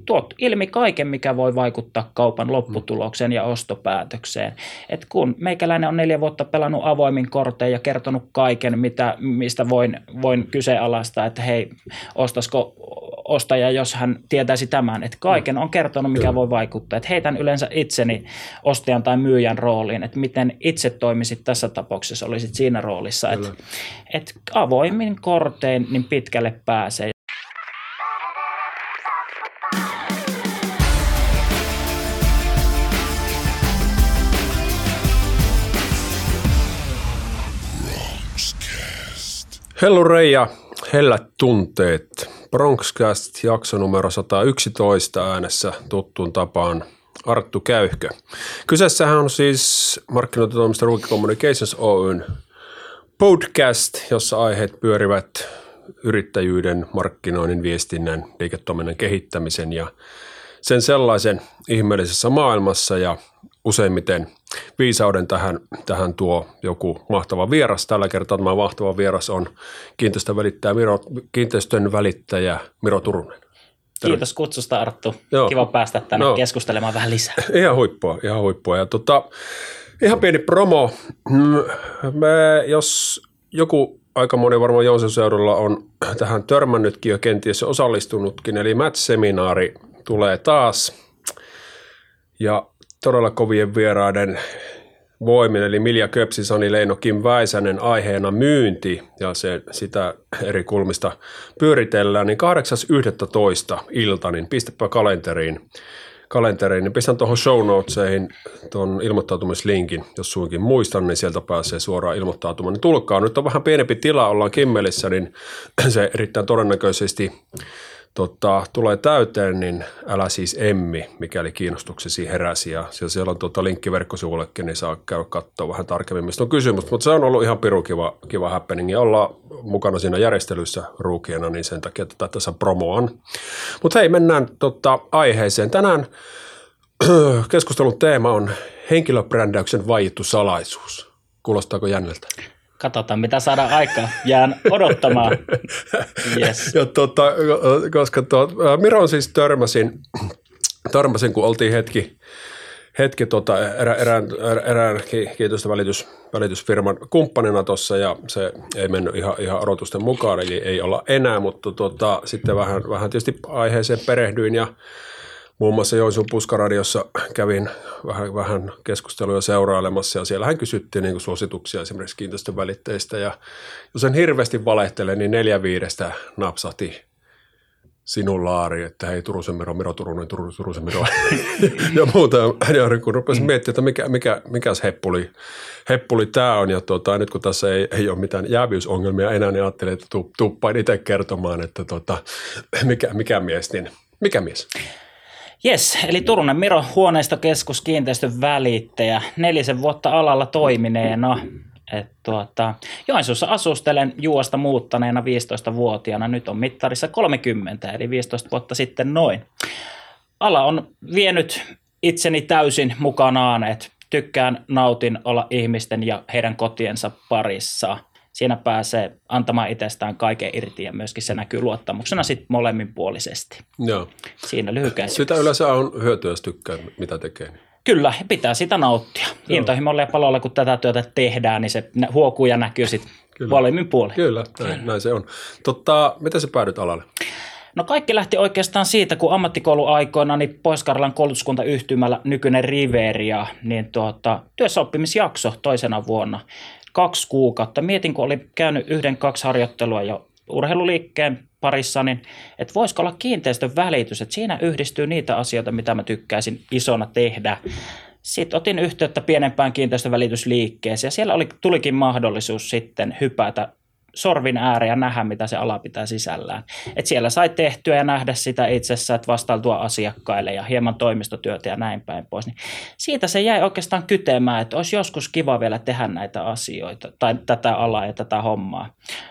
tuot ilmi kaiken, mikä voi vaikuttaa kaupan lopputulokseen ja ostopäätökseen. Et kun meikäläinen on 4 vuotta pelannut avoimin kortein ja kertonut kaiken, mistä voin kyseenalaistaa, että hei, ostaisiko ostaja, jos hän tietäisi tämän, että kaiken on kertonut, mikä voi vaikuttaa. Että heitän yleensä itseni ostajan tai myyjän rooliin, että miten itse toimisit tässä tapauksessa, olisit siinä roolissa. Että avoimin kortein niin pitkälle pääsee. Hellurei ja hellät tunteet. Bronxcast jakso numero 111 äänessä tuttuun tapaan Arttu Käyhkö. Kyseessähän on siis markkinointitoimisto Rookie Communications Oyn podcast, jossa aiheet pyörivät yrittäjyyden, markkinoinnin, viestinnän, liiketoiminnan kehittämisen ja sen sellaisen ihmeellisessä maailmassa ja useimmiten viisauden tähän tuo joku mahtava vieras. Tällä kertaa tämä mahtava vieras on kiinteistön välittäjä Miro Turunen. Kiitos kutsusta, Arttu. Joo. Kiva päästä tänne keskustelemaan vähän lisää. Ihan huippua. Ja ihan pieni promo. Jos joku aika moni varmaan Joensuun seudulla on tähän törmännytkin jo kenties osallistunutkin, eli Match-seminaari tulee taas. Ja todella kovien vieraiden voimin, eli Milja Köpsi, Sani Leino, Kim Väisänen aiheena myynti, ja sitä eri kulmista pyöritellään, niin 8.11. ilta, niin pistäpä kalenteriin, niin pistän tuohon show notesihin tuon ilmoittautumislinkin, jos suinkin muistan, niin sieltä pääsee suoraan ilmoittautumaan. Niin tulkaa, nyt on vähän pienempi tila, ollaan Kimmelissä, niin se erittäin todennäköisesti tulee täyteen, niin älä siis emmi, mikäli kiinnostuksesi heräsi. Ja siellä on linkki verkkosivullekin, niin saa käydä katsoa vähän tarkemmin, mistä on kysymys. Mutta se on ollut ihan pirun kiva happening ja ollaan mukana siinä järjestelyssä ruukiena, niin sen takia tässä promoan. Mutta hei, mennään aiheeseen. Tänään keskustelun teema on henkilöbrändäyksen vaiettu salaisuus. Kuulostaako jännältä? Katsotaan, mitä saadaan aikaa. Jään odottamaan. Yes. Ja koska Miron siis törmäsin, kun oltiin hetki erään kiinteistövälitysfirman kumppanina tuossa, ja se ei mennyt ihan odotusten mukaan, eli ei olla enää, mutta sitten vähän tietysti aiheeseen perehdyin, ja muun muassa Joensuun Puskaradiossa kävin vähän keskusteluja seurailemassa, ja siellähän kysyttiin niin kuin suosituksia esimerkiksi kiinteistönvälittäjistä, ja jos en hirveästi valehtele, niin 4/5 napsahti sinun laari, että hei Turusen Miro Turunen, Turusen Miro ja muuta. Ja kun rupesin miettimään, että mikäs heppuli tämä on, ja nyt kun tässä ei ole mitään jäävyysongelmia enää, niin ajattelin, että tuppaan itse kertomaan, että mikä mies? Jes, eli Turunen Miro, huoneistokeskus, kiinteistön välittäjä, 4 vuotta alalla toimineena. Joensuussa asustelen Juuasta muuttaneena 15-vuotiaana, nyt on mittarissa 30, eli 15 vuotta sitten noin. Ala on vienyt itseni täysin mukanaan, että nautin olla ihmisten ja heidän kotiensa parissa. Siinä pääsee antamaan itsestään kaiken irti ja myöskin se näkyy luottamuksena sitten molemminpuolisesti. Joo. Siinä lyhykäisyydessä. Sitä yleensä on hyötyä, jos tykkää, mitä tekee. Kyllä, pitää sitä nauttia. Intohimolla ja palolla, kun tätä työtä tehdään, niin se huokuu ja näkyy sitten molemmin puolin. Kyllä, näin se on. Miten sä päädyt alalle? No kaikki lähti oikeastaan siitä, kun ammattikouluaikoina niin Pohjois-Karjalan koulutuskuntayhtymällä nykyinen Riveria, niin työssäoppimisjakso toisena vuonna 2 kuukautta. Mietin, kun olin käynyt 1-2 harjoittelua jo urheiluliikkeen parissa, niin että voisiko olla kiinteistön välitys, että siinä yhdistyy niitä asioita, mitä mä tykkäisin isona tehdä. Sitten otin yhteyttä pienempään kiinteistön välitysliikkeeseen ja siellä tulikin mahdollisuus sitten hypätä sorvin ääreen ja nähdä, mitä se ala pitää sisällään. Et siellä sai tehtyä ja nähdä sitä itsessä, että vastailtua asiakkaille ja hieman toimistotyötä ja näin päin pois. Niin siitä se jäi oikeastaan kytemään, että olisi joskus kiva vielä tehdä näitä asioita tai tätä alaa ja tätä hommaa.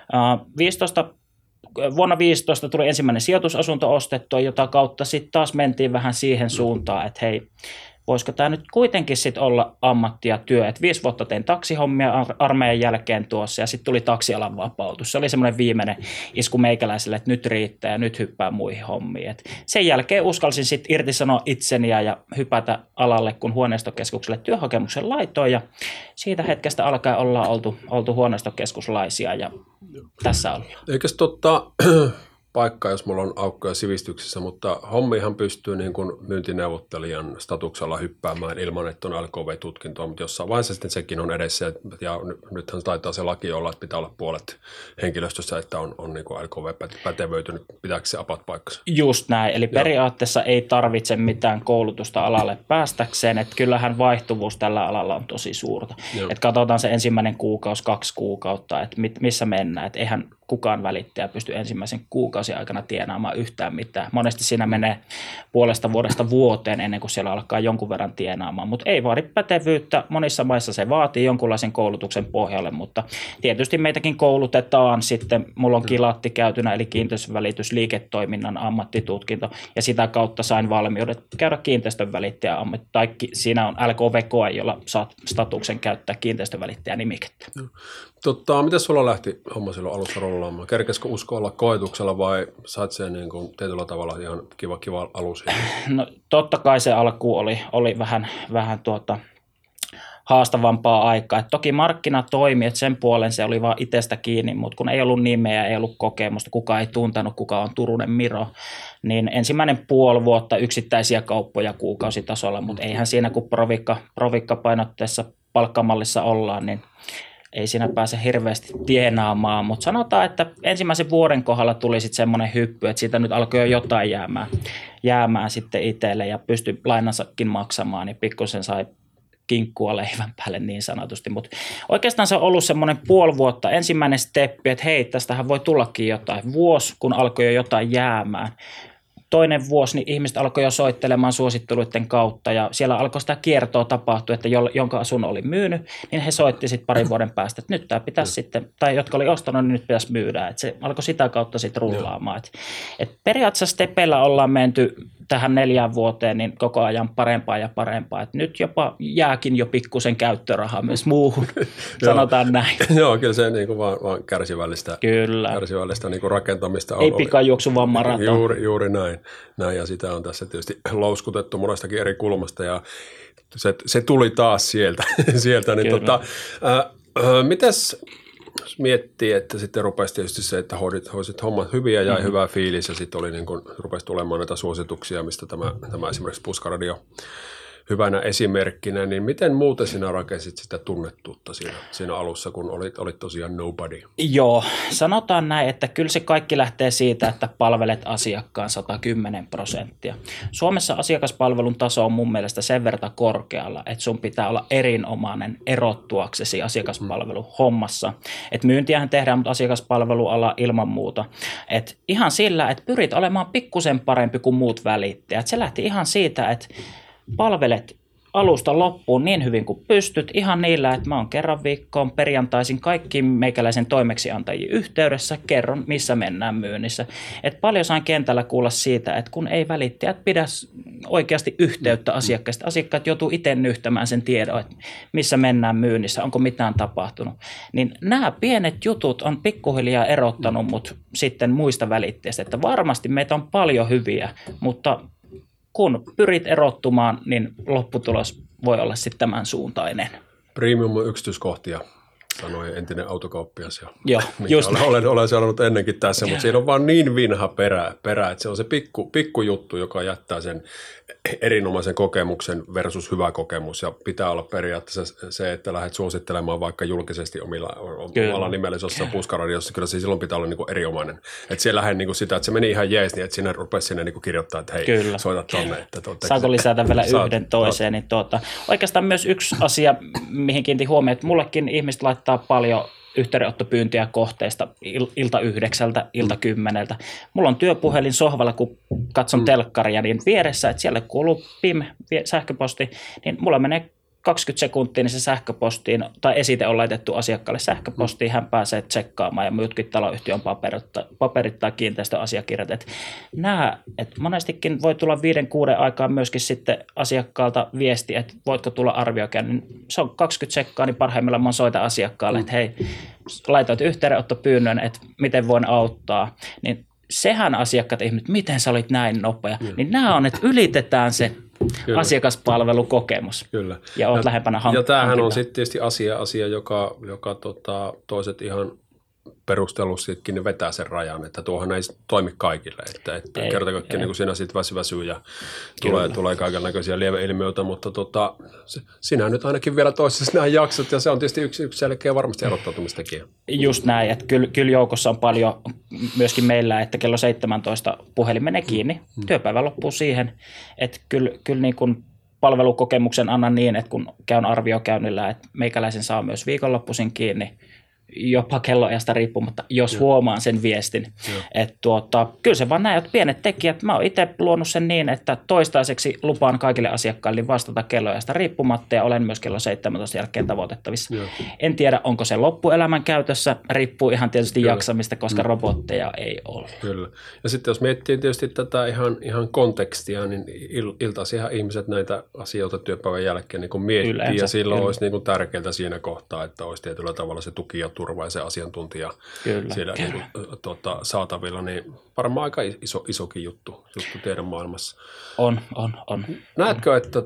Vuonna 2015 tuli ensimmäinen sijoitusasunto ostettua, jota kautta sitten taas mentiin vähän siihen suuntaan, että hei, voisiko tämä nyt kuitenkin sitten olla ammatti ja työ. Et 5 vuotta tein taksihommia armeijan jälkeen tuossa ja sitten tuli taksialan vapautus. Se oli semmoinen viimeinen isku meikäläiselle, että nyt riittää ja nyt hyppää muihin hommiin. Et sen jälkeen uskalsin sitten irtisanoa itseni ja hypätä alalle, kun huoneistokeskukselle työhakemuksen laitoin ja siitä hetkestä alkaen ollaan oltu huoneistokeskuslaisia ja tässä ollaan. Eikös paikka, jos mulla on aukkoja sivistyksessä, mutta hommihan pystyy niin kuin myyntineuvottelijan statuksella hyppäämään ilman, että on LKV-tutkintoa, mutta jossain vaiheessa sitten sekin on edessä, ja nythän taitaa se laki olla, että pitää olla puolet henkilöstössä, että on niin kuin LKV-pätevöitynyt. Pitääkö se apat paikkansa? Just näin, eli periaatteessa ei tarvitse mitään koulutusta alalle päästäkseen, että kyllähän vaihtuvuus tällä alalla on tosi suurta. Että katsotaan se ensimmäinen kuukausi, 2 kuukautta, että missä mennään, että eihän kukaan välittäjä pysty ensimmäisen kuukausien aikana tienaamaan yhtään mitään. Monesti siinä menee puolesta vuodesta vuoteen ennen kuin siellä alkaa jonkun verran tienaamaan, mutta ei vaadi pätevyyttä. Monissa maissa se vaatii jonkunlaisen koulutuksen pohjalle, mutta tietysti meitäkin koulutetaan sitten. Mulla on kilatti käytynä, eli kiinteistönvälitysliiketoiminnan ammattitutkinto, ja sitä kautta sain valmiudet käydä kiinteistönvälittäjä ammatti, tai siinä on LKV-koe, jolla saat statuksen käyttää kiinteistönvälittäjän nimikettä. Miten sulla lähti homma silloin alussa rollaamaan? Kerkesikö usko olla koetuksella vai sait sen niin kuin tietyllä tavalla ihan kiva alus? No totta kai se alku oli vähän haastavampaa aikaa. Et toki markkina toimi, että sen puolen se oli vaan itsestä kiinni, mutta kun ei ollut nimeä, ei ollut kokemusta, kukaan ei tuntenut, kuka on Turunen Miro, niin ensimmäinen puoli vuotta yksittäisiä kauppoja kuukausitasolla, mutta eihän siinä kun provikkapainotteessa palkkamallissa ollaan, niin ei siinä pääse hirveästi tienaamaan, mutta sanotaan, että ensimmäisen vuoden kohdalla tuli sitten semmoinen hyppy, että siitä nyt alkoi jo jotain jäämään sitten itselle ja pystyi lainansakin maksamaan, niin pikkusen sai kinkkua leivän päälle niin sanotusti, mutta oikeastaan se on ollut semmoinen puoli vuotta, ensimmäinen steppi, että hei, tästähän voi tullakin jotain. Vuosi, kun alkoi jo jotain jäämään. Toinen vuosi, niin ihmiset alkoi jo soittelemaan suositteluiden kautta ja siellä alkoi sitä kiertoa tapahtua, että jonka asunnon oli myynyt, niin he soitti sitten parin vuoden päästä, että nyt tämä pitäisi sitten, tai jotka oli ostanut, niin nyt pitäisi myydä. Että se alkoi sitä kautta sitten rullaamaan. Et periaatteessa stepeillä ollaan menty tähän 4 vuoteen niin koko ajan parempaa ja parempaa. Et nyt jopa jääkin jo pikkusen käyttörahaa myös muuhun, sanotaan näin. Joo, kyllä se niin kuin vaan kärsivällistä niin kuin rakentamista on. Ei pikajuoksu, vaan maraton. Juuri näin, ja sitä on tässä tietysti louskutettu monestakin eri kulmasta, ja se tuli taas sieltä niin mitäs jos miettii, että sitten rupesi tietysti se, että hoisit hommat hyviä ja jäi hyvä fiilis, ja sitten oli niin kuin, rupesi tulemaan näitä suosituksia, mistä tämä esimerkiksi Puskaradio hyvänä esimerkkinä, niin miten muuten sinä rakensit sitä tunnettuutta siinä alussa, kun olit tosiaan nobody? Joo, sanotaan näin, että kyllä se kaikki lähtee siitä, että palvelet asiakkaan 110%. Suomessa asiakaspalvelun taso on mun mielestä sen verran korkealla, että sun pitää olla erinomainen erottuaksesi asiakaspalveluhommassa. Että myyntiähän tehdään, mutta asiakaspalveluala ilman muuta. että ihan sillä, että pyrit olemaan pikkusen parempi kuin muut välittäjät. Se lähti ihan siitä, että palvelet alusta loppuun niin hyvin kuin pystyt, ihan niillä, että mä oon kerran viikkoon perjantaisin kaikkiin meikäläisen toimeksiantajien yhteydessä, kerron missä mennään myynnissä. Et paljon sain kentällä kuulla siitä, että kun ei välittäjät pidä oikeasti yhteyttä asiakkaista, asiakkaat joutuu itse nyhtämään sen tiedon, että missä mennään myynnissä, onko mitään tapahtunut. Niin nämä pienet jutut on pikkuhiljaa erottanut mut sitten muista välittäjistä, että varmasti meitä on paljon hyviä, mutta kun pyrit erottumaan, niin lopputulos voi olla sitten tämän suuntainen. Premium on yksityiskohtia, sanoi entinen autokauppias. Joo, just olen sanonut ennenkin tässä, mutta siinä on vaan niin vinha perä, että se on se pikku juttu, joka jättää sen erinomaisen kokemuksen versus hyvä kokemus, ja pitää olla periaatteessa se, että lähdet suosittelemaan vaikka julkisesti omalla nimellä jossain Puskaradiossa, kyllä se silloin pitää olla niin kuin erinomainen. Että siellä lähden niin kuin sitä, että se meni ihan jees, niin että sinne rupesi sinne niin kuin kirjoittaa, että hei, kyllä. Soita tonne. Saanko lisätä vielä yhden toiseen? Niin oikeastaan myös yksi asia, mihin kiinnitin huomioon, että mullekin ihmiset laittaa paljon yhteydenottopyyntiä kohteista ilta 9, ilta 10. Mulla on työpuhelin sohvalla, kun katson telkkaria, niin vieressä, että siellä kuuluu PIM, sähköposti, niin mulla menee 20 sekuntia niin se sähköpostiin tai esite on laitettu asiakkaalle sähköpostiin, hän pääsee tsekkaamaan ja muutkin taloyhtiön paperit tai kiinteistöasiakirjat. Että monestikin voi tulla 5-6 aikaan myöskin sitten asiakkaalta viesti, että voitko tulla arviokäynnin. Se on 20 sekkaa, niin parhaimmillaan mä soitan asiakkaalle, että hei, laitoit yhteydenottopyynnön, että miten voin auttaa. Niin sehän asiakkaat ihmiset, miten sä olit näin nopea. Niin nämä on, että ylitetään se Kyllä. asiakaspalvelukokemus. Kyllä. Ja olet lähempänä hankintaa. Ja tämähän on sitten tietysti asia joka toiset ihan perustellustikin vetää sen rajan, että tuohan ei toimi kaikille, että kerta kaikkiaan niin siinä sitten väsyy ja tulee kaikenlaisia lieveilmiöitä, mutta sinä nyt ainakin vielä toisessa nämä jaksot ja se on tietysti yksi selkeä varmasti erottautumistekijä. Just näin, että kyllä joukossa on paljon myöskin meillä, että kello 17 puhelin menee kiinni, työpäivä loppuu siihen, että kyllä niin kuin palvelukokemuksen annan niin, että kun käyn arviokäynnillä, että meikäläisen saa myös viikonloppuisin kiinni, jopa kelloajasta riippumatta, jos huomaan sen viestin. Että kyllä se vaan näin, että pienet tekijät, mä oon itse luonut sen niin, että toistaiseksi lupaan kaikille asiakkaille vastata kelloajasta riippumatta ja olen myös kello 17 jälkeen tavoitettavissa. En tiedä, onko se loppuelämän käytössä, riippuu ihan tietysti jaksamista, koska robotteja ei ole. Kyllä. Ja sitten jos miettii tietysti tätä ihan kontekstia, niin iltaisihan ihmiset näitä asioita työpäivän jälkeen niin miettii yleensä, ja silloin olisi niin tärkeää siinä kohtaa, että olisi tietyllä tavalla se tuki ja turva ja se asiantuntija siellä niin saatavilla, niin varmaan aika isokin juttu teidän maailmassa. On. Näetkö, että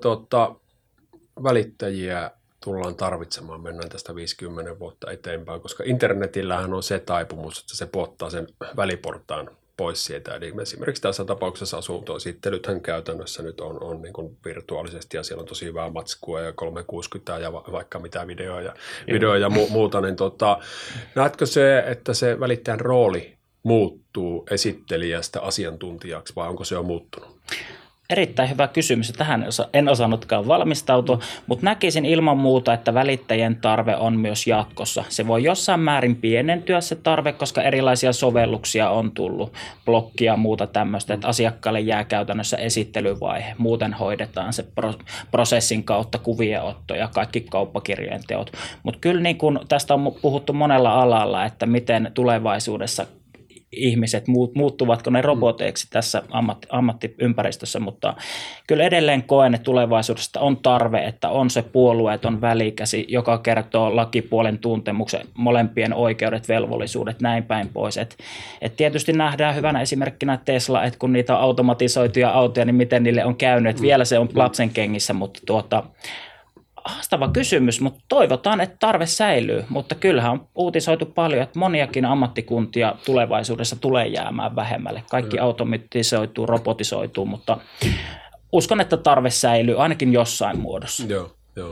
välittäjiä tullaan tarvitsemaan, mennään tästä 50 vuotta eteenpäin, koska internetillähän on se taipumus, että se puottaa sen väliportaan pois siitä. Eli esimerkiksi tässä tapauksessa asuntoesittelythän käytännössä nyt on niin kuin virtuaalisesti ja siellä on tosi hyvää matskua ja 360 ja vaikka mitä videoja ja muuta. Niin näetkö se, että se välittäjän rooli muuttuu esittelijästä asiantuntijaksi vai onko se jo muuttunut? Erittäin hyvä kysymys. Tähän en osannutkaan valmistautua, mutta näkisin ilman muuta, että välittäjien tarve on myös jatkossa. Se voi jossain määrin pienentyä se tarve, koska erilaisia sovelluksia on tullut, blokkia ja muuta tämmöistä, että asiakkaalle jää käytännössä esittelyvaihe. Muuten hoidetaan se prosessin kautta kuvienotto ja kaikki kauppakirjojen teot. Mutta kyllä niin kun tästä on puhuttu monella alalla, että miten tulevaisuudessa ihmiset, muuttuvatko ne roboteiksi tässä ammattiympäristössä, mutta kyllä edelleen koen, että tulevaisuudesta on tarve, että on se puolueeton välikäsi, joka kertoo lakipuolen tuntemuksen, molempien oikeudet, velvollisuudet, näin päin pois. Et tietysti nähdään hyvänä esimerkkinä Tesla, että kun niitä on automatisoituja autoja, niin miten niille on käynyt, että vielä se on lapsen kengissä, mutta haastava kysymys, mutta toivotaan, että tarve säilyy, mutta kyllähän on uutisoitu paljon, että moniakin ammattikuntia tulevaisuudessa tulee jäämään vähemmälle. Kaikki automatisoituu, robotisoituu, mutta uskon, että tarve säilyy ainakin jossain muodossa. Joo.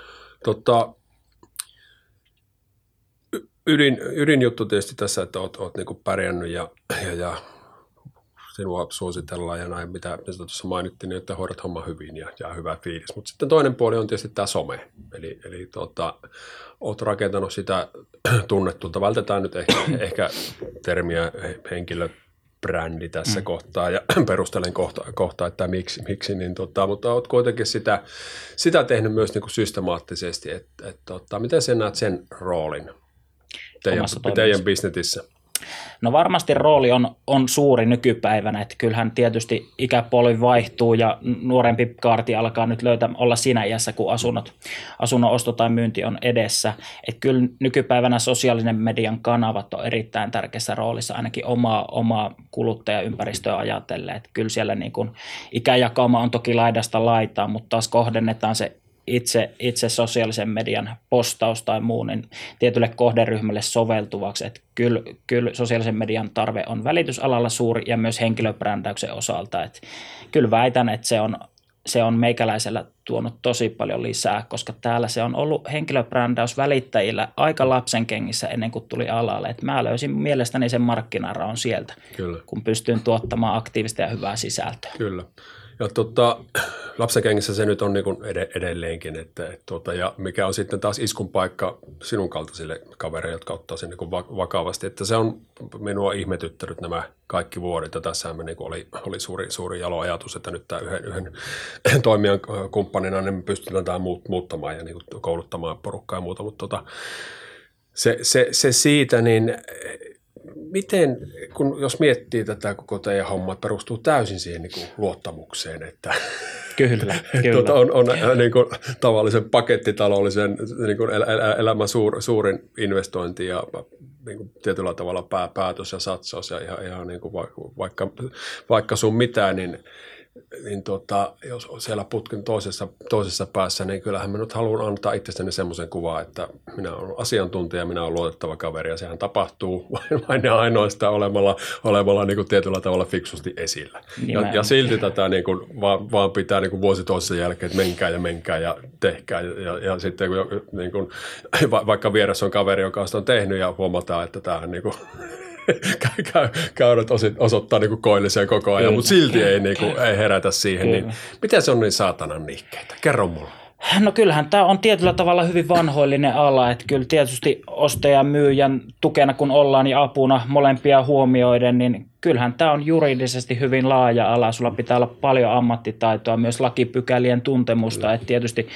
Ydinjuttu tietysti tässä, että olet niin kuin pärjännyt ja sinua suositellaan ja näin, mitä tuossa mainittiin, niin että hoidat homma hyvin ja hyvä fiilis. Mutta sitten toinen puoli on tietysti tämä some. Eli olet rakentanut sitä tunnettuutta. Vältetään nyt ehkä termiä henkilöbrändi tässä kohtaa ja perustelen kohtaa, että miksi niin, mutta olet kuitenkin sitä tehnyt myös niin kuin systemaattisesti. Miten sä näet sen roolin teidän bisnetissä? No varmasti rooli on suuri nykypäivänä, että kyllähän tietysti ikäpolvi vaihtuu ja nuorempi kaarti alkaa nyt olla siinä iässä, kun asunnon osto tai myynti on edessä. Että kyllä nykypäivänä sosiaalinen median kanavat on erittäin tärkeässä roolissa, ainakin omaa kuluttajaympäristöä ajatellen. Että kyllä siellä niin kuin ikäjakauma on toki laidasta laitaan, mutta taas kohdennetaan se itse sosiaalisen median postaus tai muu niin tietylle kohderyhmälle soveltuvaksi. Että kyllä sosiaalisen median tarve on välitysalalla suuri ja myös henkilöbrändäyksen osalta. Että kyllä väitän, että se on meikäläisellä tuonut tosi paljon lisää, koska täällä se on ollut henkilöbrändäys välittäjillä aika lapsen kengissä ennen kuin tuli alalle. Että mä löysin mielestäni sen markkinaraon sieltä, kun pystyn tuottamaan aktiivista ja hyvää sisältöä. Kyllä. Ja lapsenkengissä se nyt on niin kuin edelleenkin, ja mikä on sitten taas iskun paikka sinun kaltaisille kavereille, jotka ottaa sen niin kuin vakavasti, että se on minua ihmetyttänyt nämä kaikki vuodet, ja tässähän me niin kuin oli suuri jalo ajatus, että nyt tämä yhden toimijan kumppanina niin me pystytään tämä muuttamaan ja niin kuin kouluttamaan porukkaa ja muuta, mutta se siitä, niin miten, jos miettii tätä koko teidän hommaa, perustuu täysin siihen niin kuin luottamukseen, että Kyllä. On niin kuin tavallisen pakettitaloudellisen niin kuin elämän suurin investointi ja niin kuin tietyllä tavalla päätös ja satsaus ja ihan niin kuin vaikka sun mitään, niin jos siellä putken toisessa päässä, niin kyllähän mä nyt haluan antaa itsestäni semmoisen kuvan, että minä olen asiantuntija, minä olen luotettava kaveri ja sehän tapahtuu vain ja ainoastaan olemalla niin kuin tietyllä tavalla fiksusti esillä. Ja silti tätä niin kuin vaan pitää niin kuin vuosi toisessa jälkeen, että menkää ja tehkää ja sitten kun niin kuin, vaikka vieressä on kaveri, joka on sitä tehnyt ja huomataan, että tämähän niin kuin käydät osoittaa niin kuin koilliseen koko ajan, mutta silti ei herätä siihen. Niin, miten se on niin saatanan nihkeitä? Kerro mulle. No kyllähän tämä on tietyllä tavalla hyvin vanhoillinen ala, että kyllä tietysti ostajan ja myyjän tukena kun ollaan ja apuna molempia huomioiden, niin kyllähän tämä on juridisesti hyvin laaja ala. Sulla pitää olla paljon ammattitaitoa, myös lakipykälien tuntemusta, että tietysti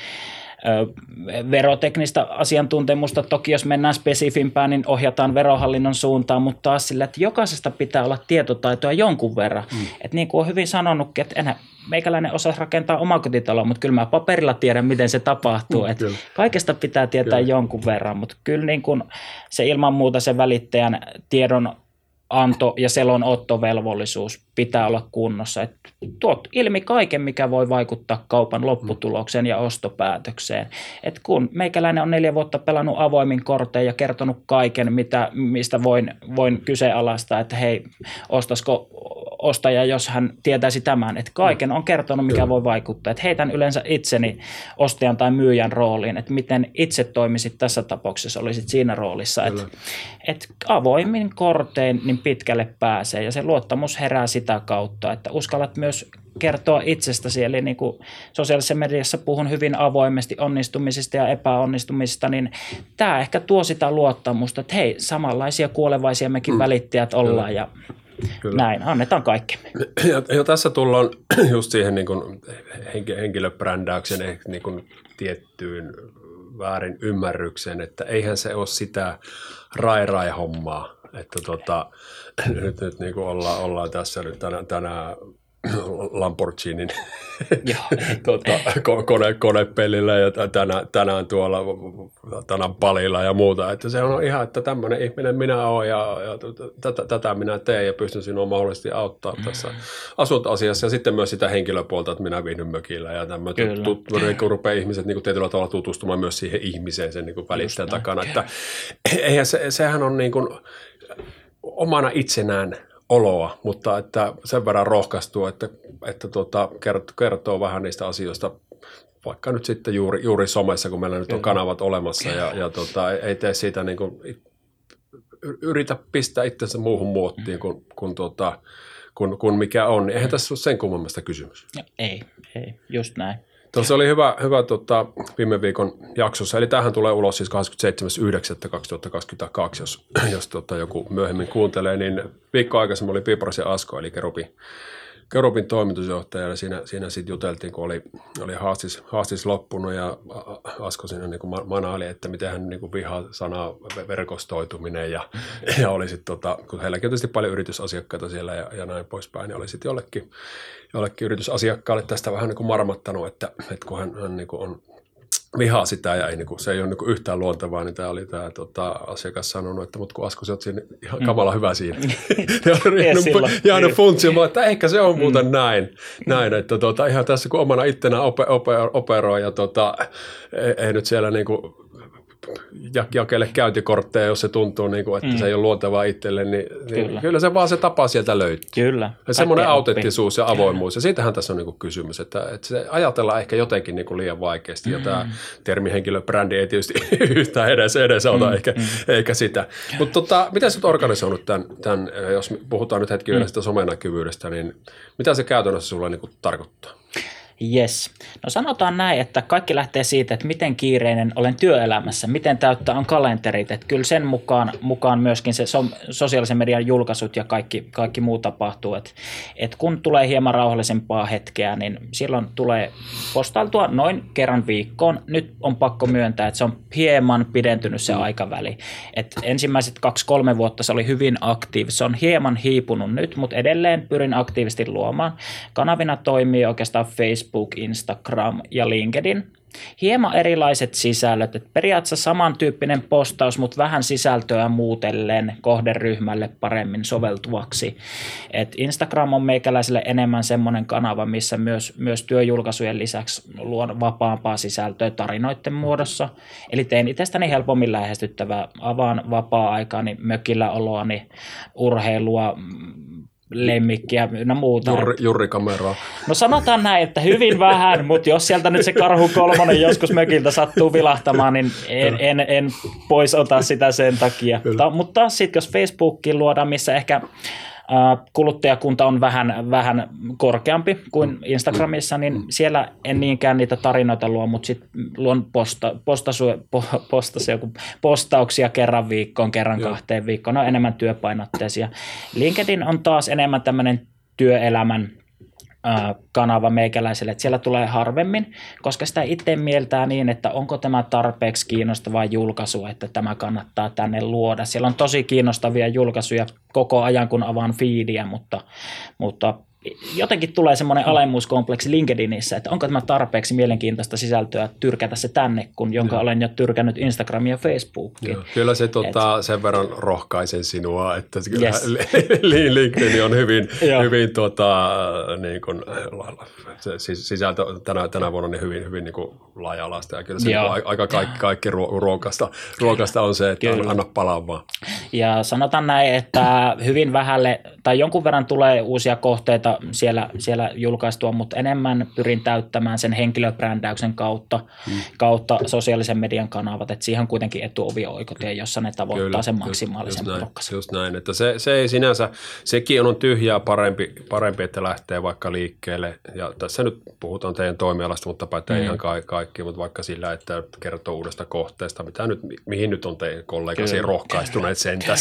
veroteknistä asiantuntemusta, toki jos mennään spesifimpään, niin ohjataan verohallinnon suuntaan, mutta taas sillä, että jokaisesta pitää olla tietotaitoa jonkun verran. Että niin kuin on hyvin sanonutkin, että enhän meikäläinen osaa rakentaa omakotitaloa, mutta kyllä mä paperilla tiedän, miten se tapahtuu. Että kaikesta pitää tietää jonkun verran, mutta kyllä niin kuin se ilman muuta se välittäjän tiedon anto- ja selonottovelvollisuus pitää olla kunnossa. Et tuot ilmi kaiken, mikä voi vaikuttaa kaupan lopputulokseen ja ostopäätökseen. Et kun meikäläinen on 4 vuotta pelannut avoimin kortein ja kertonut kaiken, mistä voin kyseenalaistaa, että hei, ostaisiko ostaja, jos hän tietäisi tämän. Että kaiken on kertonut, mikä voi vaikuttaa. Et heitän yleensä itseni ostajan tai myyjän rooliin, että miten itse toimisit tässä tapauksessa, olisit siinä roolissa. Että avoimin kortein niin pitkälle pääsee ja se luottamus herää sitä kautta, että uskallat myös kertoa itsestäsi, eli niin kuin sosiaalisessa mediassa puhun hyvin avoimesti onnistumisista ja epäonnistumisista, niin tämä ehkä tuo sitä luottamusta, että hei, samanlaisia kuolevaisia mekin välittäjät ollaan ja näin, annetaan kaikkemme. Ja tässä tullaan just siihen niin kuin henkilöbrändäyksen niin kuin tiettyyn väärin ymmärrykseen, että eihän se ole sitä rai-hommaa, että nyt niin kuin ollaan tässä nyt tänään Lamborghinin konepelillä ja tänään palilla ja muuta. Että se on ihan, että tämmöinen ihminen minä olen ja tätä minä teen ja pystyn sinua mahdollisesti auttaa tässä asuntoasiassa. Ja sitten myös sitä henkilöpuolta, että minä viihdyn mökillä ja tämmöinen, kun rupeaa ihmiset niin kuin tietyllä tavalla tutustumaan myös siihen ihmiseen sen niin kuin välittäjän takana. Että eihän sehän on niin kuin omana itsenään oloa, mutta että sen verran rohkaistuu, että kertoo vähän niistä asioista, vaikka nyt sitten juuri somessa, kun meillä nyt on kanavat olemassa ja ei tee siitä niin kuin, yritä pistää itsensä muuhun muottiin kuin mikä on. Eihän tässä ole sen kummemmasta kysymys. Ei, just näin. Tuossa oli hyvä viime viikon jaksossa, eli tämähän tulee ulos siis 27.9.2022, jos joku myöhemmin kuuntelee, niin viikko aikaisemmin oli Piiparaisen Asko, eli Kerupin toimitusjohtaja, ja siinä sitten juteltiin, kun oli haastis loppunut, ja Asko siinä niin kuin manaili, että miten hän niin kuin vihaa sanaa verkostoituminen, ja oli sitten, kun heilläkin on tietysti paljon yritysasiakkaita siellä ja näin poispäin, niin oli sitten jollekin yritysasiakkaalle tästä vähän niin kuin marmattanut, että kun hän niin kuin on vihaa sitä ja ei, niin kuin, se ei ole niin kuin yhtään luontevaa, niin tämä oli tämä asiakas sanonut, että mutta kun Asko, sä oot siinä ihan kamala hyvä siinä. Jäänyt funtsimaan, että ehkä se on muuten näin että ihan tässä kun omana ittenään operoi ja ei nyt siellä niin kuin jakele käyntikortteja, jos se tuntuu, niin kuin, että se ei ole luontevaa itselle, niin kyllä se vaan se tapa sieltä löytyy. Kyllä. Ja semmoinen autenttisuus ja avoimuus, ja siitähän tässä on niin kuin kysymys, että se ajatellaan ehkä jotenkin niin kuin liian vaikeasti, ja tämä termihenkilöbrändi ei tietysti yhtään edesauta eikä sitä. Mutta miten sä oot organisoinut tämän, jos puhutaan nyt hetki yhdestä somenäkyvyydestä, niin mitä se käytännössä sulle niin kuin tarkoittaa? Yes. No sanotaan näin, että kaikki lähtee siitä, että miten kiireinen olen työelämässä, miten täyttä on kalenterit, että kyllä sen mukaan myöskin se sosiaalisen median julkaisut ja kaikki muu tapahtuu, että kun tulee hieman rauhallisempaa hetkeä, niin silloin tulee postailtua noin kerran viikkoon. Nyt on pakko myöntää, että se on hieman pidentynyt se aikaväli, että ensimmäiset 2-3 vuotta se oli hyvin aktiivista, se on hieman hiipunut nyt, mutta edelleen pyrin aktiivisesti luomaan. Kanavina toimii oikeastaan Facebook, Instagram ja LinkedIn. Hieman erilaiset sisällöt, että periaatteessa samantyyppinen postaus, mutta vähän sisältöä muutellen kohderyhmälle paremmin soveltuvaksi. Et Instagram on meikäläiselle enemmän semmoinen kanava, missä myös työjulkaisujen lisäksi luon vapaampaa sisältöä tarinoiden muodossa. Eli tein itsestäni helpommin lähestyttävää, avaan vapaa-aikaani, mökillä oloani, urheilua, lemmikkiä ja muuta. Jurrikameraa. No sanotaan näin, että hyvin vähän, mutta jos sieltä nyt se karhu 3 joskus mökiltä sattuu vilahtamaan, niin en pois ota sitä sen takia. Mutta taas sitten, jos Facebookiin luodaan, missä ehkä kuluttajakunta on vähän korkeampi kuin Instagramissa, niin siellä en niinkään niitä tarinoita luo, mutta sitten luon postauksia kerran viikkoon, kerran 2 viikkoon, ne on enemmän työpainotteisia. LinkedIn on taas enemmän tämmöinen työelämän kanava meikäläiselle, että siellä tulee harvemmin, koska sitä itse mieltää niin, että onko tämä tarpeeksi kiinnostava julkaisu, että tämä kannattaa tänne luoda. Siellä on tosi kiinnostavia julkaisuja koko ajan, kun avaan feediä, mutta jotenkin tulee semmoinen alemmuuskompleksi LinkedInissä, että onko tämä tarpeeksi mielenkiintoista sisältöä tyrkätä se tänne, jonka olen jo tyrkännyt Instagramiin ja Facebookiin. Kyllä se sen verran rohkaisen sinua, että LinkedIn on hyvin niin kuin, se sisältö tänä vuonna niin hyvin niin kuin laaja-alaista ja kyllä se aika kaikki ruokasta on se, että anna palaa vaan. Ja sanotaan näin, että hyvin vähälle tai jonkun verran tulee uusia kohteita siellä julkaistua, mutta enemmän pyrin täyttämään sen henkilöbrändäyksen kautta sosiaalisen median kanavat, että siihen on kuitenkin etuovioikotie, jossa ne tavoittaa sen maksimaalisen porukkasen. Just näin, että se ei sinänsä, sekin on tyhjää parempi, että lähtee vaikka liikkeelle, ja tässä nyt puhutaan teidän toimialasta, mutta pätee ihan kaikki, mutta vaikka sillä, että kertoo uudesta kohteesta, mihin nyt on teidän kollegasi rohkaistuneet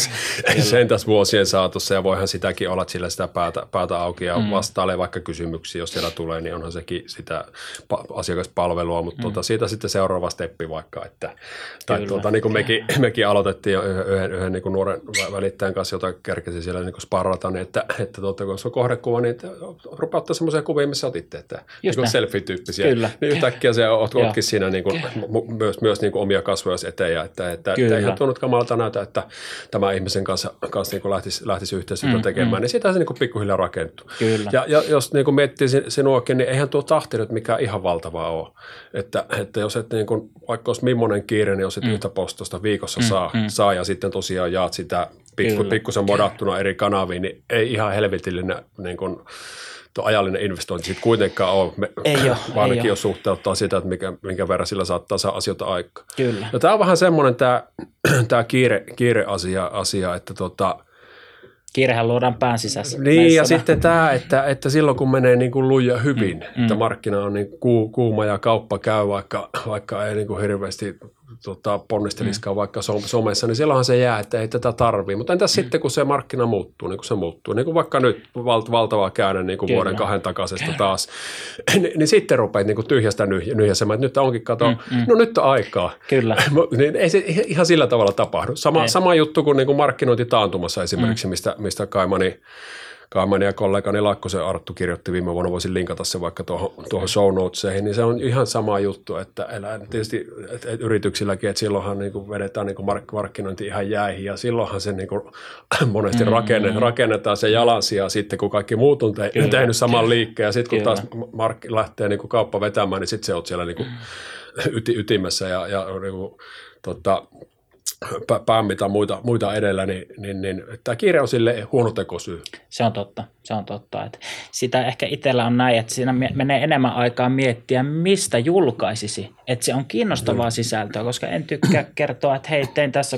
sentäs vuosien saatossa, ja voihan sitäkin olla, että sillä sitä päätä auki ja vastailee vaikka kysymyksiä, jos siellä tulee, niin onhan sekin sitä asiakaspalvelua, mutta siitä sitten seuraava steppi vaikka, että niin kuin mekin aloitettiin jo yhden niin kuin nuoren välittäjän kanssa, jota kerkesi siellä niin kuin sparrata, niin että kun se on kohdekuva, niin rupeaa ottaa semmoisia kuvia, missä otitte, että niin kuin selfie-tyyppisiä, niin yhtäkkiä se otkin siinä niin kuin, myös niin kuin omia kasvoja eteen, ja että ei ihan tunnut kamalalta näytä, että tämä ihmisen kanssa niin kuin lähtisi yhteistyötä tekemään, niin siitä se niin kuin pikkuhiljaa rakentuu. Ja jos niin kuin miettii sinuakin, niin eihän tuo tahti nyt mikään ihan valtavaa ole. Että jos et niin kuin, vaikka olisi millainen kiire, niin jos et yhtä postausta viikossa saa ja sitten tosiaan jaat sitä pikkusen modattuna eri kanaviin, niin ei ihan helvetillinen niin kuin, tuo ajallinen investointi sitten kuitenkaan ole. Ainakin jos suhteuttaa sitä, että minkä verran sillä saattaa saada asioita aikaa. Kyllä. No, tämä on vähän semmoinen tämä kiire-asia, että kiirehän luodaan pään sisässä. Niin, ja sitten tämä, että silloin kun menee niin kuin luja hyvin, että markkina on niin kuuma ja kauppa käy, vaikka ei niin kuin hirveästi ponnisteliskaan vaikka somessa, niin silloinhan se jää, että ei tätä tarvitse. Mutta entäs sitten, kun se markkina muuttuu, niin kuin se muuttuu, niin kuin vaikka nyt valtava käänne niin kuin vuoden 2 takaisesta taas, niin sitten rupeat niin kuin tyhjästä nyhjäsemään, että nyt onkin no nyt on aikaa. Kyllä. Niin ei se ihan sillä tavalla tapahdu. Sama juttu kuin, niin kuin markkinointi taantumassa esimerkiksi, mistä Kaamani ja kollegani Laakkosen Arttu kirjoitti viime vuonna, voisin linkata se vaikka tuohon show notesihin, niin se on ihan sama juttu, että tietysti että yrityksilläkin, että silloinhan niin kuin vedetään niin kuin markkinointi ihan jäihin ja silloinhan se niin kuin monesti rakennetaan se jalansija sitten, kun kaikki muut on tehnyt saman liikkeen ja sitten kun taas lähtee niin kuin kauppa vetämään, niin sitten se on siellä niin kuin ytimessä ja niin kuin, pään mitä muita edellä, niin tämä kiire on sille huono tekosyy. Se on totta. Että sitä ehkä itsellä on näin, että siinä menee enemmän aikaa miettiä, mistä julkaisisi. Että se on kiinnostavaa sisältöä, koska en tykkää kertoa, että hei, tein tässä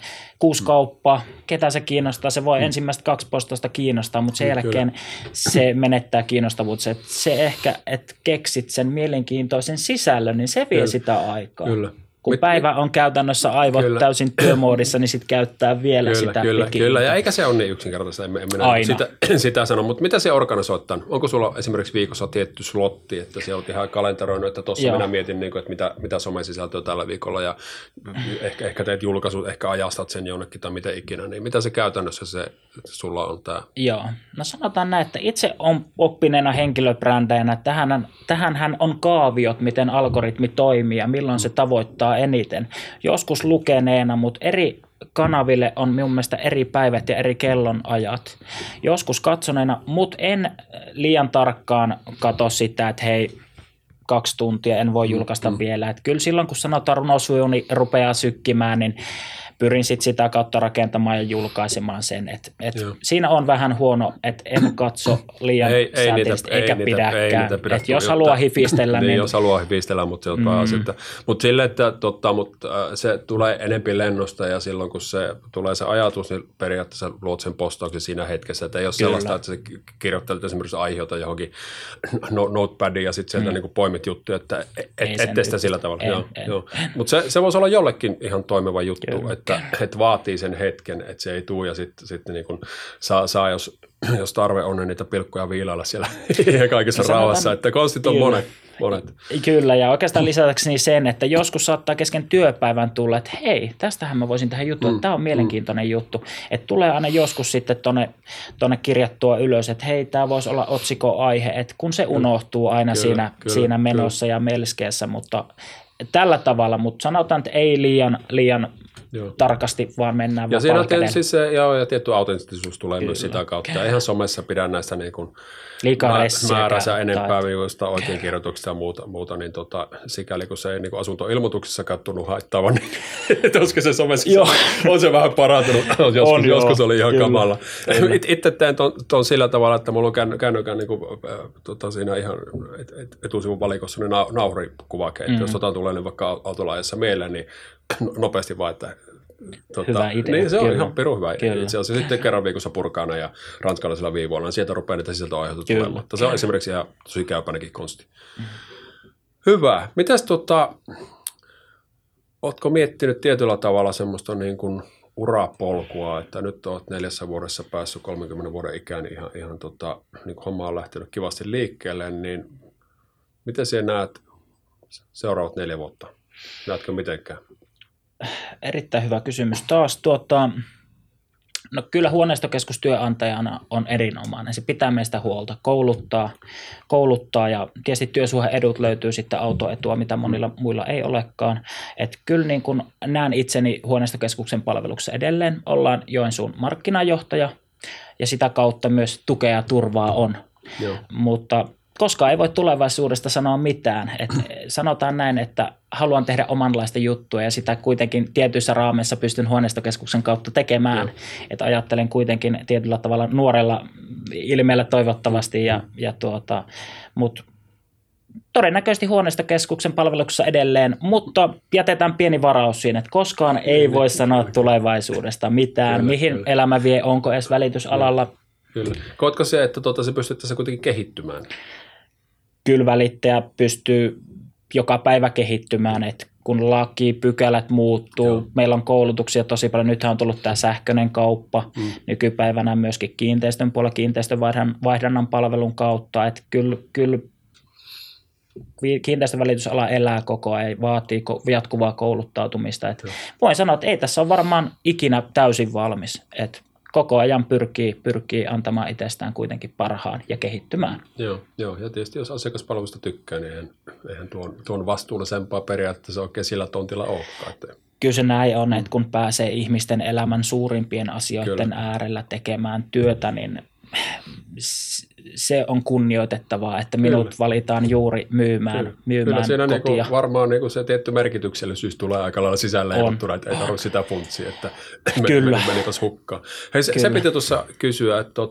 6 kauppaa, ketä se kiinnostaa. Se voi ensimmäistä 2 postausta kiinnostaa, mutta sen jälkeen se menettää kiinnostavuutta. Se ehkä, että keksit sen mielenkiintoisen sisällön, niin se vie sitä aikaa. Kyllä. Kun päivä on käytännössä aivot täysin työmoodissa, niin sitten käyttää vielä sitä. Kyllä, ja eikä se ole niin yksinkertaista, en sitä sano, mutta mitä se organisoittaa? Onko sulla esimerkiksi viikossa tietty slotti, että se on ihan kalenteroinut, että tuossa minä mietin, että mitä somesisältöä tällä viikolla, ja ehkä teet julkaisut, ehkä ajastat sen jonnekin tai mitä ikinä, niin mitä se käytännössä se sulla on tämä? Joo, no sanotaan näin, että itse on oppineena henkilöbrändäjänä, että tähänhän on kaaviot, miten algoritmi toimii ja milloin se tavoittaa eniten. Joskus lukeneena, mutta eri kanaville on minun mielestä eri päivät ja eri kellonajat. Joskus katsoneena, mutta en liian tarkkaan katso sitä, että hei, 2 tuntia en voi julkaista vielä. Että kyllä silloin, kun sanotaan runousvuuni rupeaa sykkimään, niin pyrin sit sitä kautta rakentamaan ja julkaisemaan sen. Siinä on vähän huono, että en katso liian sääteellisesti, eikä pidäkään. Jos haluaa hifistellä. niin, jos haluaa hifistellä, mutta se on taas. Mutta sille, että se tulee enempi lennosta ja silloin, kun se tulee se ajatus, niin periaatteessa luot sen postauksen siinä hetkessä. Että ei ole sellaista, että sä kirjoittelet esimerkiksi aiheota johonkin notepadiin ja sitten sieltä niin poimit juttuja, että ettei sitä sillä tavalla. Mutta se voisi olla jollekin ihan toimiva juttu, että vaatii sen hetken, että se ei tule ja sitten niin kuin saa jos tarve on, niin niitä pilkkuja viilailla siellä kaikessa rauhassa, että konstit on monet. Kyllä, ja oikeastaan lisätäkseni sen, että joskus saattaa kesken työpäivän tulla, että hei, tästähän mä voisin tehdä juttu, että tämä on mielenkiintoinen juttu. Että tulee aina joskus sitten tuonne kirjattua ylös, että hei, tämä voisi olla otsikkoaihe, että kun se unohtuu aina siinä menossa ja melskeessä, mutta tällä tavalla, mutta sanotaan, että ei liian tarkasti, vaan mennään ja siinä on siis ja tietty autenttisuus tulee myös sitä kautta. Eihän somessa pidä näistä niin kuin määränsä enempää viikosta oikein kirjoituksista ja muuta niin sikäli kun se ei niin kuin asuntoilmoituksessa kattunut haittavan, niin koska se somessa on se vähän parantunut. Joskus oli ihan kamala. Itse teen ton sillä tavalla, että mulla on kännykän niin kuin, siinä ihan etusivun valikossa niin nauhrikuvake. Jos tulee niin vaikka autolla ajassa mieleen, niin nopeasti vaan, että hyvä idea. Niin se on ihan pirun hyvä idea. Se on se sitten kerran viikossa purkaana ja ranskalaisella viivoilla, niin sieltä rupeaa niitä sisältöaiheita tulemaan. Mutta se on esimerkiksi ihan tosi käypänäkin konsti. Hyvä. Mitäs ootko miettinyt tietyllä tavalla semmoista niin kuin urapolkua, että nyt oot 4 vuodessa päässyt 30 vuoden ikään ihan niin kuin homma on lähtenyt kivasti liikkeelle, niin miten sinä näet seuraavat 4 vuotta? Näetkö mitenkään? Erittäin hyvä kysymys. Taas no kyllä huoneistokeskus työnantajana on erinomainen. Se pitää meistä huolta, kouluttaa ja tietysti työsuhdeedut löytyy sitten autoetua, mitä monilla muilla ei olekaan. Et kyllä niin kun näen itseni huoneistokeskuksen palveluksessa edelleen. Ollaan Joensuun markkinajohtaja ja sitä kautta myös tukea ja turvaa on. Joo. Mutta koskaan ei voi tulevaisuudesta sanoa mitään. Sanotaan näin, että haluan tehdä omanlaista juttua ja sitä kuitenkin tietyissä raameissa pystyn huoneistokeskuksen kautta tekemään. Että ajattelen kuitenkin tietyllä tavalla nuorella ilmeellä toivottavasti, mutta todennäköisesti huoneistokeskuksen palveluksessa edelleen, mutta jätetään pieni varaus siinä, että koskaan ei voi sanoa tulevaisuudesta mitään, mihin elämä vie, onko edes välitysalalla. Kyllä. Koetko se, että se pystyy tässä kuitenkin kehittymään? Kyllä välittäjä pystyy joka päivä kehittymään, että kun pykälät muuttuu, meillä on koulutuksia tosi paljon, nythän on tullut tämä sähköinen kauppa, nykypäivänä myöskin kiinteistön puolella kiinteistövaihdannan palvelun kautta, että kyllä kiinteistövälitysala elää koko ajan, vaatii jatkuvaa kouluttautumista. Voin sanoa, että ei tässä ole varmaan ikinä täysin valmis, että Joo. ajan pyrkii antamaan itsestään kuitenkin parhaan ja kehittymään. Joo, ja tietysti jos asiakaspalvelusta tykkää, niin eihän tuon vastuullisempaa periaatteessa oikein sillä tontilla olekaan. Kyllä se näin on, että kun pääsee ihmisten elämän suurimpien asioiden äärellä tekemään työtä, niin se on kunnioitettavaa, että minut valitaan juuri myymään Kyllä siinä kotia. Varmaan se tietty merkityksellisyys tulee aika lailla sisällä erottuna, että ei tarvitse sitä funtsia, että menipäs hukkaan. Hei, se piti tuossa kysyä, että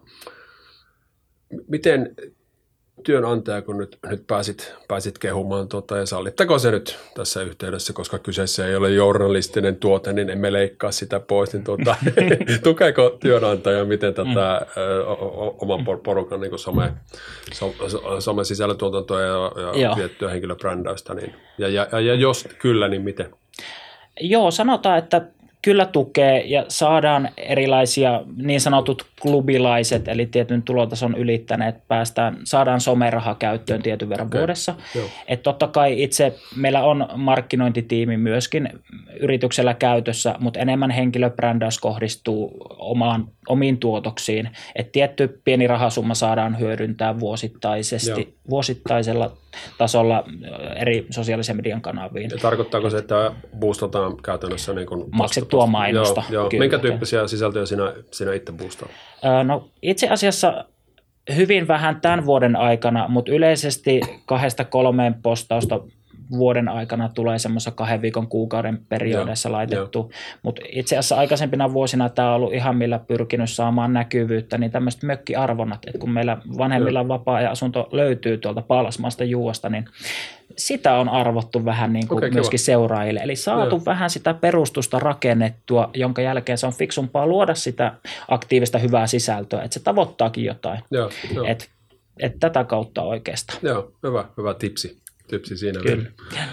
miten työnantaja, kun nyt pääsit kehumaan ja sallittako se nyt tässä yhteydessä, koska kyseessä ei ole journalistinen tuote, niin emme leikkaa sitä pois, niin tukeeko työnantaja, miten tätä oman porukan niin some sisällötuotantoa ja tiettyä henkilöbrändäystä, niin, ja jos kyllä, niin miten? Joo, sanotaan, että kyllä tukee ja saadaan erilaisia niin sanotut klubilaiset, eli tietyn tulotason ylittäneet, saadaan someraha käyttöön tietyn verran vuodessa. Että totta kai meillä on markkinointitiimi myöskin yrityksellä käytössä, mutta enemmän henkilöbrändäys kohdistuu omiin tuotoksiin. Että tietty pieni rahasumma saadaan hyödyntää vuosittaisella tasolla eri sosiaalisen median kanaviin. Ja tarkoittaako se, että boostataan käytännössä niin kuin maksettua mainosta? Joo. Minkä tyyppisiä sisältöjä sinä itse boostaat? No, itse asiassa hyvin vähän tämän vuoden aikana, mutta yleisesti 2-3 postausta vuoden aikana tulee semmoisessa 2 viikon kuukauden periodeissa laitettu, mutta itse asiassa aikaisempina vuosina tämä on ollut ihan millä pyrkinyt saamaan näkyvyyttä, niin tämmöiset mökkiarvonnat, että kun meillä vanhemmilla vapaa-ajan-asunto löytyy tuolta Paalasmaasta Juuasta, niin sitä on arvottu vähän niin kuin myöskin seuraajille, eli saatu vähän sitä perustusta rakennettua, jonka jälkeen se on fiksumpaa luoda sitä aktiivista hyvää sisältöä, että se tavoittaakin jotain, että tätä kautta oikeastaan. Joo, hyvä tipsi siinä. Kyllä.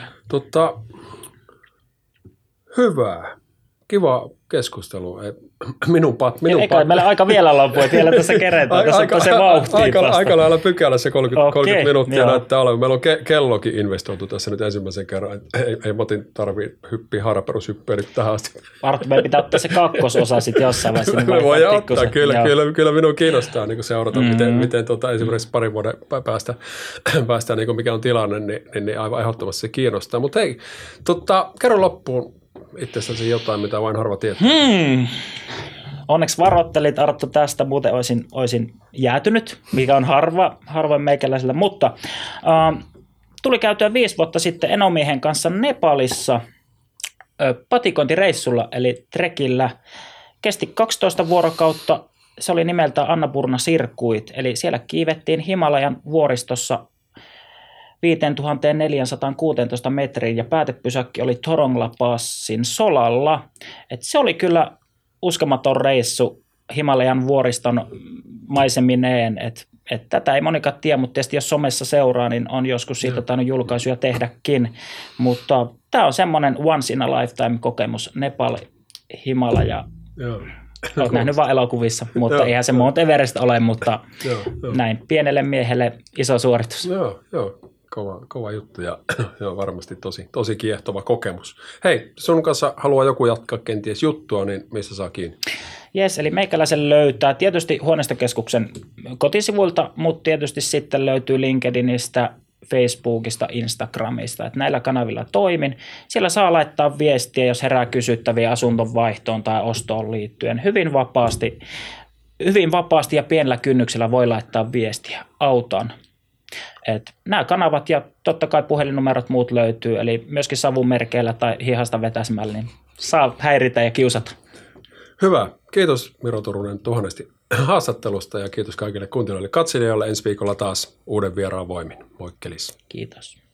Hyvä. Kiva keskustelu. Meillä aika vielä loppuu, että vielä tässä keretään. Tässä se vauhtia aika lailla pykälässä 30 minuuttia näyttää olevan. Meillä on kellokin investoitu tässä nyt ensimmäisen kerran. Ei Matin tarvitse hyppiä haaraperushyppyä nyt tähän asti. Arttu, meidän pitää ottaa se kakkososa sitten jossain vaiheessa. Me voidaan ottaa, kyllä minun kiinnostaa niin seurata, miten esimerkiksi parin vuoden päästä niin mikä on tilanne, niin aivan ehdottomasti se kiinnostaa. Mutta hei, kerro loppuun itsestäsi jotain, mitä vain harva tietää. Onneksi varoittelit, Arttu, tästä, muuten olisin jäätynyt, mikä on harvoin meikäläisellä, mutta tuli käytyä 5 vuotta sitten enomiehen kanssa Nepalissa patikointireissulla, eli trekillä. Kesti 12 vuorokautta, se oli nimeltään Annapurna Circuit, eli siellä kiivettiin Himalajan vuoristossa 5416 metriin ja päätepysäkki oli Thorongla Passin solalla. Et se oli kyllä uskomaton reissu Himalajan vuoriston maisemineen. Et tätä ei monikaan tiedä, mutta tietysti jos somessa seuraa, niin on joskus siitä tainnut julkaisuja tehdäkin. Mutta tämä on semmoinen once in a lifetime kokemus, Nepal, Himalaja. Olet nähnyt vain elokuvissa, mutta eihän se Mount Everest ole, mutta näin pienelle miehelle iso suoritus. Joo. Kova juttu ja varmasti tosi kiehtova kokemus. Hei, sun kanssa haluaa joku jatkaa kenties juttua, niin missä saa kiinni? Jes, eli meikäläisen löytää tietysti Huoneistokeskuksen kotisivuilta, mutta tietysti sitten löytyy LinkedInistä, Facebookista, Instagramista, että näillä kanavilla toimin. Siellä saa laittaa viestiä, jos herää kysyttäviä asuntovaihtoon tai ostoon liittyen. Hyvin vapaasti ja pienellä kynnyksellä voi laittaa viestiä. Autan. Nämä kanavat ja totta kai puhelinnumerot muut löytyy, eli myöskin savumerkeillä tai hihasta vetäsmällä, niin saa häiritä ja kiusata. Hyvä. Kiitos Miro Turunen tuhannesti haastattelusta ja kiitos kaikille kuuntelijoille katselijoille. Ensi viikolla taas uuden vieraan voimin. Moikkelis. Kiitos.